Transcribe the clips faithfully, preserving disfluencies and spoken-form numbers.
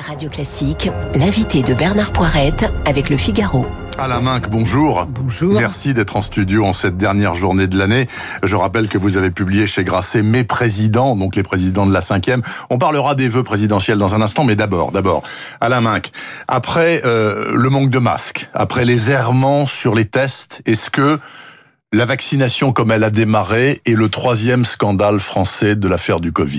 Radio Classique, l'invité de Bernard Poirette avec Le Figaro. Alain Minc, bonjour. Bonjour. Merci d'être en studio en cette dernière journée de l'année. Je rappelle que vous avez publié chez Grasset Mes présidents, donc les présidents de la cinquième. On parlera des vœux présidentiels dans un instant, mais d'abord, d'abord, Alain Minc, après euh, le manque de masques, après les errements sur les tests, est-ce que la vaccination comme elle a démarré est le troisième scandale français de l'affaire du Covid ?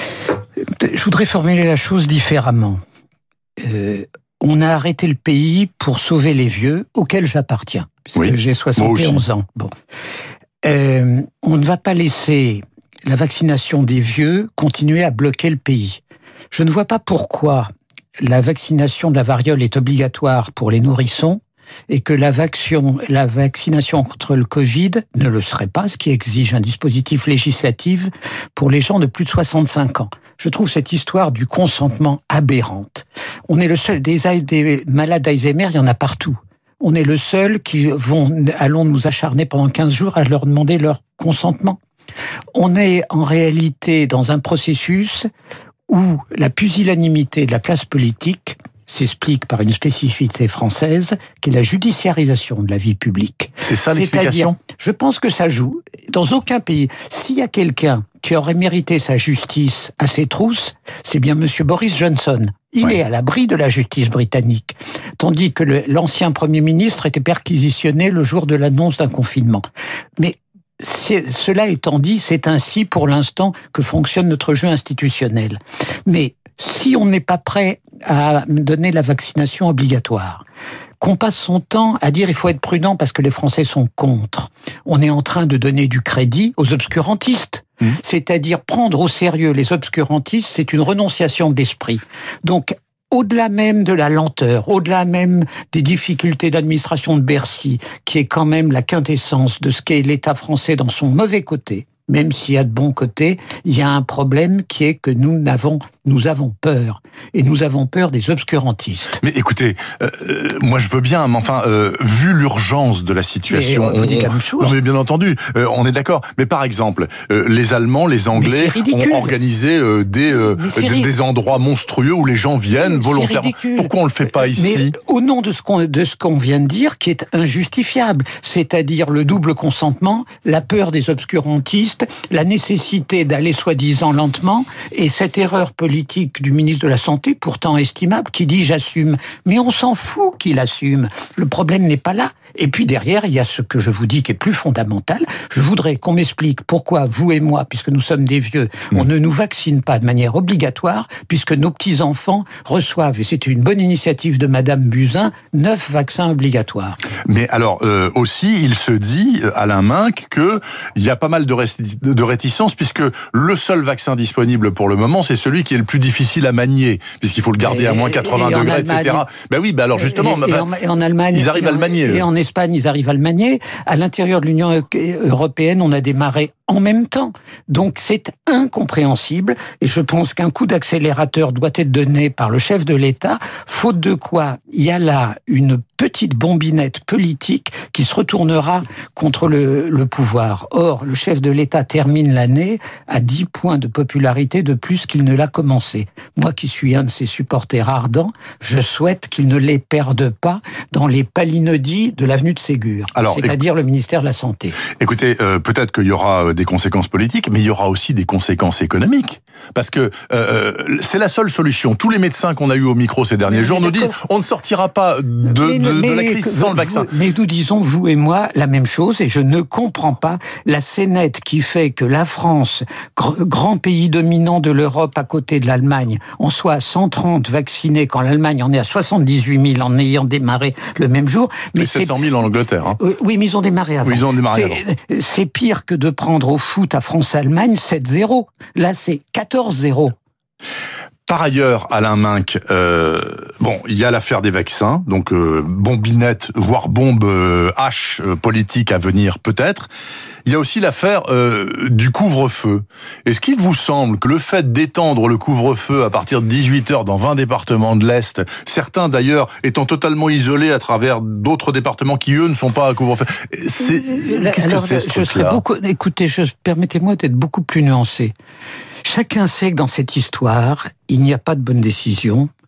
Je voudrais formuler la chose différemment. Euh, on a arrêté le pays pour sauver les vieux, auxquels j'appartiens, puisque oui, j'ai soixante et onze ans. Bon. Euh, on ne va pas laisser la vaccination des vieux continuer à bloquer le pays. Je ne vois pas pourquoi la vaccination de la variole est obligatoire pour les nourrissons et que la, vaccin, la vaccination contre le Covid ne le serait pas, ce qui exige un dispositif législatif pour les gens de plus de soixante-cinq ans. Je trouve cette histoire du consentement aberrante. On est le seul, des, des malades d'Alzheimer, il y en a partout. On est le seul qui vont, allons nous acharner pendant quinze jours à leur demander leur consentement. On est en réalité dans un processus où la pusillanimité de la classe politique s'explique par une spécificité française, qui est la judiciarisation de la vie publique. C'est ça l'explication ? Je pense que ça joue. Dans aucun pays, s'il y a quelqu'un qui aurait mérité sa justice à ses trousses, c'est bien Monsieur Boris Johnson. Il ouais. est à l'abri de la justice britannique. Tandis que le, l'ancien Premier ministre était perquisitionné le jour de l'annonce d'un confinement. Mais c'est, cela étant dit, c'est ainsi pour l'instant que fonctionne notre jeu institutionnel. Mais si on n'est pas prêt à donner la vaccination obligatoire, qu'on passe son temps à dire il faut être prudent parce que les Français sont contre, on est en train de donner du crédit aux obscurantistes. Mmh. C'est-à-dire prendre au sérieux les obscurantistes, c'est une renonciation d'esprit. Donc, au-delà même de la lenteur, au-delà même des difficultés d'administration de Bercy, qui est quand même la quintessence de ce qu'est l'État français dans son mauvais côté, même s'il y a de bons côtés, il y a un problème qui est que nous n'avons, nous avons peur. Et nous avons peur des obscurantistes. Mais écoutez, euh, moi je veux bien, mais enfin, euh, vu l'urgence de la situation... Mais, on, on, la même chose. Non mais bien entendu, euh, on est d'accord. Mais par exemple, euh, les Allemands, les Anglais ont organisé euh, des, euh, des, des endroits monstrueux où les gens viennent mais volontairement. Pourquoi on le fait pas ici ? Mais au nom de ce qu'on, de ce qu'on vient de dire, qui est injustifiable, c'est-à-dire le double consentement, la peur des obscurantistes, la nécessité d'aller soi-disant lentement, et cette erreur politique du ministre de la Santé, pourtant estimable, qui dit « j'assume ». Mais on s'en fout qu'il assume. Le problème n'est pas là. Et puis derrière, il y a ce que je vous dis qui est plus fondamental. Je voudrais qu'on m'explique pourquoi, vous et moi, puisque nous sommes des vieux, on ne nous vaccine pas de manière obligatoire, puisque nos petits-enfants reçoivent, et c'est une bonne initiative de Madame Buzyn, neuf vaccins obligatoires. Mais alors, euh, aussi, il se dit, Alain Minc, qu'il y a pas mal de resti- de réticence, puisque le seul vaccin disponible pour le moment, c'est celui qui est le plus difficile à manier, puisqu'il faut le garder et, à moins quatre-vingts degrés, Allemagne, et cetera. Ben oui, ben alors justement, et, et, en, et en Allemagne, ils arrivent et en, à le manier. Et en Espagne, ils arrivent à le manier. À l'intérieur de l'Union européenne, on a démarré en même temps. Donc c'est incompréhensible, et je pense qu'un coup d'accélérateur doit être donné par le chef de l'État, faute de quoi il y a là une petite bombinette politique qui se retournera contre le, le pouvoir. Or, le chef de l'État termine l'année à dix points de popularité de plus qu'il ne l'a commencé. Moi qui suis un de ses supporters ardents, je souhaite qu'il ne les perde pas dans les palinodies de l'avenue de Ségur, Alors, c'est-à-dire éc- le ministère de la Santé. Écoutez, euh, peut-être qu'il y aura des conséquences politiques, mais il y aura aussi des conséquences économiques. Parce que euh, c'est la seule solution. Tous les médecins qu'on a eu au micro ces derniers mais jours nous disent on ne sortira pas de, mais, de, mais, de la crise sans vous, le vaccin. Mais nous disons, vous et moi, la même chose, et je ne comprends pas la scénette qui fait que la France, gr- grand pays dominant de l'Europe à côté de l'Allemagne, en soit à cent trente vaccinés quand l'Allemagne en est à soixante-dix-huit mille en ayant démarré le même jour. Mais sept cent mille en Angleterre. Hein. Oui, mais ils ont démarré avant. Oui, ils ont démarré c'est, avant. C'est pire que de prendre au foot à France-Allemagne sept zéro. Là, c'est quatorze zéro. Par ailleurs, Alain Minc, euh, bon, il y a l'affaire des vaccins, donc euh, bombinette, voire bombe euh, H euh, politique à venir peut-être. Il y a aussi l'affaire euh, du couvre-feu. Est-ce qu'il vous semble que le fait d'étendre le couvre-feu à partir de dix-huit heures dans vingt départements de l'Est, certains d'ailleurs étant totalement isolés à travers d'autres départements qui eux ne sont pas à couvre-feu, c'est, qu'est-ce Alors, que c'est ce je serais beaucoup, écoutez, je, permettez-moi d'être beaucoup plus nuancé. Chacun sait que dans cette histoire, il n'y a pas de bonne décision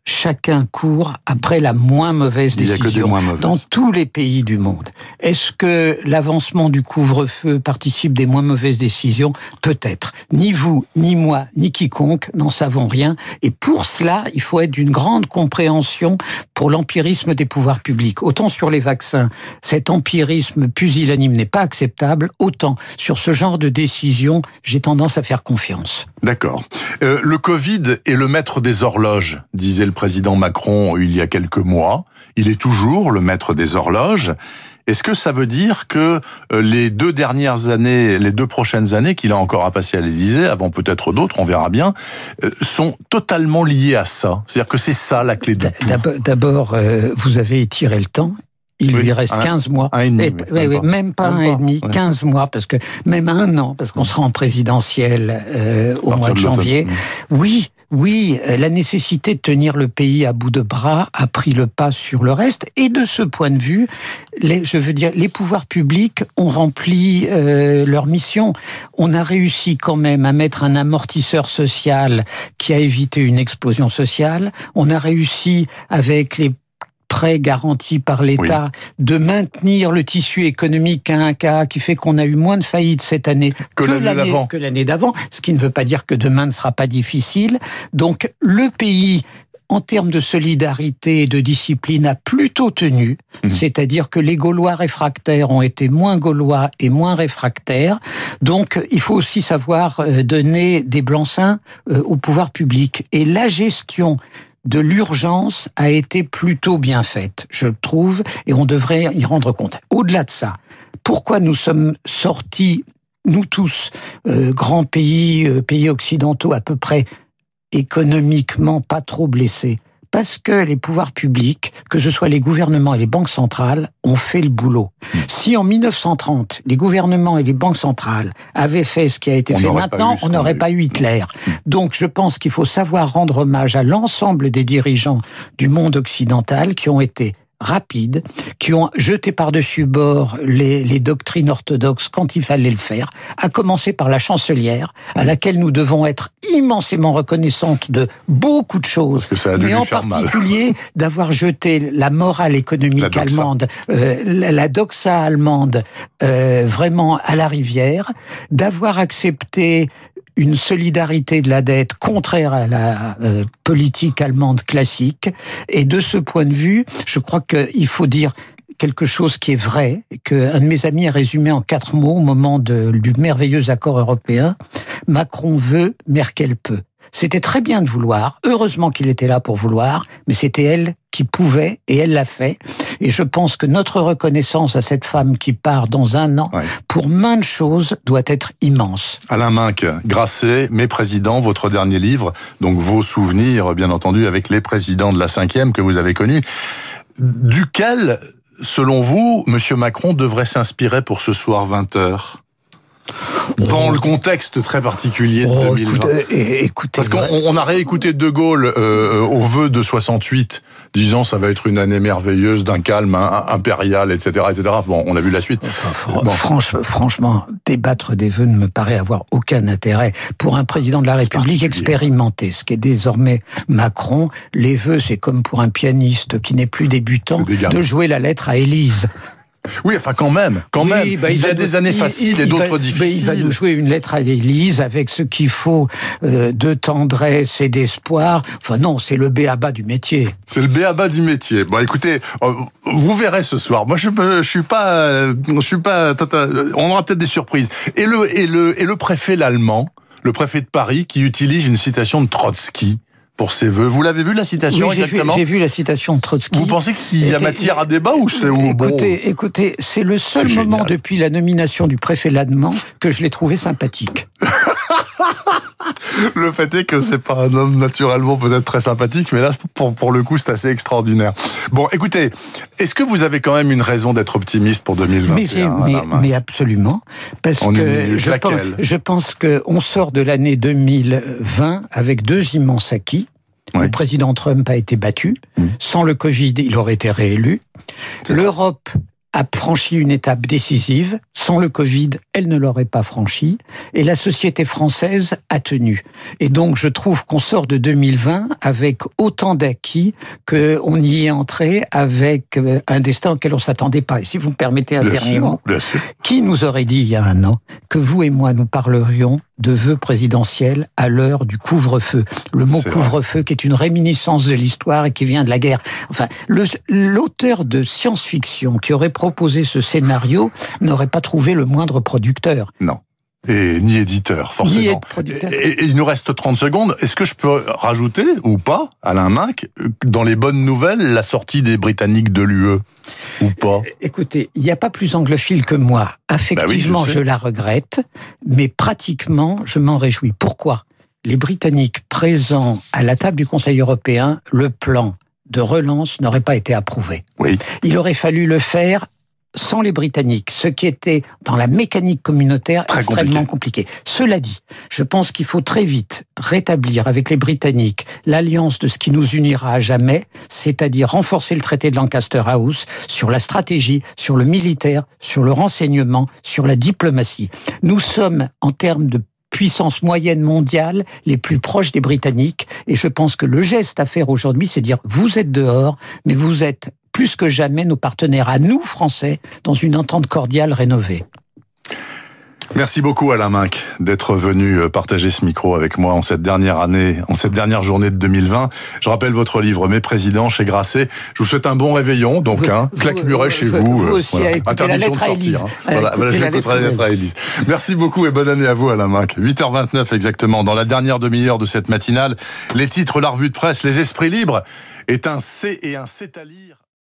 chacun court après la moins mauvaise Il y a décision que des moins mauvaises. dans tous les pays du monde. Est-ce que l'avancement du couvre-feu participe des moins mauvaises décisions ? Peut-être. Ni vous, ni moi, ni quiconque n'en savons rien. Et pour cela, il faut être d'une grande compréhension pour l'empirisme des pouvoirs publics. Autant sur les vaccins, cet empirisme pusillanime n'est pas acceptable, autant sur ce genre de décision, j'ai tendance à faire confiance. D'accord. Euh, le Covid est le maître des horloges, disait le président Macron il y a quelques mois. Il est toujours le maître des horloges. Est-ce que ça veut dire que les deux dernières années, les deux prochaines années qu'il a encore à passer à l'Élysée, avant peut-être d'autres, on verra bien, sont totalement liées à ça? C'est-à-dire que c'est ça la clé de tout. D'abord, d'abord euh, vous avez étiré le temps. Il oui, lui reste un, quinze mois. Un et demi. Et, oui, oui, même pas même un pas. et demi, ouais. quinze mois, parce que même un an, parce qu'on sera en présidentielle euh, au mois de, de janvier. Oui, oui, la nécessité de tenir le pays à bout de bras a pris le pas sur le reste. Et de ce point de vue, les, je veux dire, les pouvoirs publics ont rempli euh, leur mission. On a réussi quand même à mettre un amortisseur social qui a évité une explosion sociale. On a réussi avec les prêts garantis par l'État, oui. de maintenir le tissu économique à un cas qui fait qu'on a eu moins de faillites cette année que, que, l'année, d'avant. que l'année d'avant, ce qui ne veut pas dire que demain ne sera pas difficile. Donc le pays, en termes de solidarité et de discipline, a plutôt tenu, mmh. c'est-à-dire que les Gaulois réfractaires ont été moins Gaulois et moins réfractaires. Donc il faut aussi savoir donner des blancs-seings au pouvoir public. Et la gestion de l'urgence a été plutôt bien faite, je trouve, et on devrait y rendre compte. Au-delà de ça, pourquoi nous sommes sortis, nous tous, euh, grands pays, euh, pays occidentaux à peu près économiquement pas trop blessés? Parce que les pouvoirs publics, que ce soit les gouvernements et les banques centrales, ont fait le boulot. Si en mille neuf cent trente, les gouvernements et les banques centrales avaient fait ce qui a été on fait maintenant, on n'aurait pas eu Hitler. Donc je pense qu'il faut savoir rendre hommage à l'ensemble des dirigeants du monde occidental qui ont été rapides, qui ont jeté par-dessus bord les, les doctrines orthodoxes quand il fallait le faire, à commencer par la chancelière, à laquelle nous devons être immensément reconnaissantes de beaucoup de choses, mais en particulier mal. d'avoir jeté la morale économique la allemande, euh, la, la doxa allemande, euh, vraiment à la rivière, d'avoir accepté une solidarité de la dette contraire à la euh, politique allemande classique. Et de ce point de vue, je crois qu'il faut dire quelque chose qui est vrai, qu'un de mes amis a résumé en quatre mots au moment de, du merveilleux accord européen. Macron veut, Merkel peut. C'était très bien de vouloir, heureusement qu'il était là pour vouloir, mais c'était elle qui pouvait, et elle l'a fait. Et je pense que notre reconnaissance à cette femme qui part dans un an, ouais. pour maintes choses, doit être immense. Alain Minc, Grasset, Mes présidents, votre dernier livre, donc vos souvenirs, bien entendu, avec les présidents de la cinquième que vous avez connus, duquel, selon vous, Monsieur Macron devrait s'inspirer pour ce soir vingt heures ? Dans oh. le contexte très particulier de oh, deux mille vingt. Écoutez, écoutez, Parce qu'on on a réécouté De Gaulle euh, au vœu de soixante-huit, disant ça va être une année merveilleuse, d'un calme hein, impérial, et cetera, et cetera. Bon, on a vu la suite. Enfin, bon. franch, franchement, débattre des vœux ne me paraît avoir aucun intérêt. Pour un président de la République expérimenté, ce qui est désormais Macron, les vœux, c'est comme pour un pianiste qui n'est plus débutant, de jouer la lettre à Élise. Oui, enfin quand même, quand oui, même. Bah, il, il y a des années il, faciles il, et d'autres va, difficiles. Bah, il va nous jouer une lettre à l'Élise avec ce qu'il faut euh, de tendresse et d'espoir. Enfin non, c'est le b.a.-ba du métier. C'est le b.a.-ba du métier. Bon, écoutez, euh, vous verrez ce soir. Moi, je, je suis pas, euh, je suis pas. On aura peut-être des surprises. Et le et le et le préfet l'allemand, le préfet de Paris, qui utilise une citation de Trotsky pour ses vœux. Vous l'avez vu la citation oui, j'ai exactement ? Vu, j'ai vu la citation de Trotsky. Vous pensez qu'il y a matière à débat ou c'est écoutez, bon écoutez, c'est le seul c'est moment génial. depuis la nomination du préfet allemand que je l'ai trouvé sympathique. Le fait est que c'est pas un homme naturellement peut-être très sympathique, mais là, pour, pour le coup, c'est assez extraordinaire. Bon, écoutez, est-ce que vous avez quand même une raison d'être optimiste pour deux mille vingt et un ? Mais, mais, mais absolument, parce on que je pense, je pense qu'on sort de l'année deux mille vingt avec deux immenses acquis. Oui. Le président Trump a été battu. Mmh. Sans le Covid, il aurait été réélu. C'est L'Europe a franchi une étape décisive. Sans le Covid, elle ne l'aurait pas franchi. Et la société française a tenu. Et donc, je trouve qu'on sort de deux mille vingt avec autant d'acquis qu'on y est entré avec un destin auquel on ne s'attendait pas. Et si vous me permettez un bien dernier sûr, mot, bien sûr. Qui nous aurait dit il y a un an que vous et moi nous parlerions de vœux présidentiels à l'heure du couvre-feu? Le mot C'est couvre-feu vrai. qui est une réminiscence de l'histoire et qui vient de la guerre. Enfin, le, l'auteur de science-fiction qui aurait proposé ce scénario n'aurait pas trouvé le moindre producteur. Non. Et ni éditeur, forcément. Ni être producteur. Et, et il nous reste trente secondes. Est-ce que je peux rajouter, ou pas, Alain Minc, dans les bonnes nouvelles, la sortie des Britanniques de l'U E, ou pas? Écoutez, il n'y a pas plus anglophile que moi. Affectivement, bah oui, je je, sais. la regrette, mais pratiquement, je m'en réjouis. Pourquoi? Les Britanniques présents à la table du Conseil européen, le plan de relance n'aurait pas été approuvé. Oui. Il aurait fallu le faire sans les Britanniques, ce qui était dans la mécanique communautaire Très extrêmement compliqué. Cela dit, je pense qu'il faut très vite rétablir avec les Britanniques l'alliance de ce qui nous unira à jamais, c'est-à-dire renforcer le traité de Lancaster House sur la stratégie, sur le militaire, sur le renseignement, sur la diplomatie. Nous sommes, en termes de puissance moyenne mondiale, les plus proches des Britanniques, et je pense que le geste à faire aujourd'hui, c'est dire, vous êtes dehors, mais vous êtes plus que jamais nos partenaires à nous, Français, dans une entente cordiale rénovée. Merci beaucoup Alain Minc d'être venu partager ce micro avec moi en cette dernière année, en cette dernière journée de deux mille vingt. Je rappelle votre livre Mes présidents chez Grasset. Je vous souhaite un bon réveillon, donc vous, hein, claque-muret chez vous. Vous euh, aussi, voilà. écoutez la lettre à Élise. Hein. Voilà, voilà, je écouterai la lettre à Élise. Merci beaucoup et bonne année à vous Alain Minc. huit heures vingt-neuf exactement, dans la dernière demi-heure de cette matinale. Les titres, la revue de presse, les esprits libres est un C et un c'est à lire.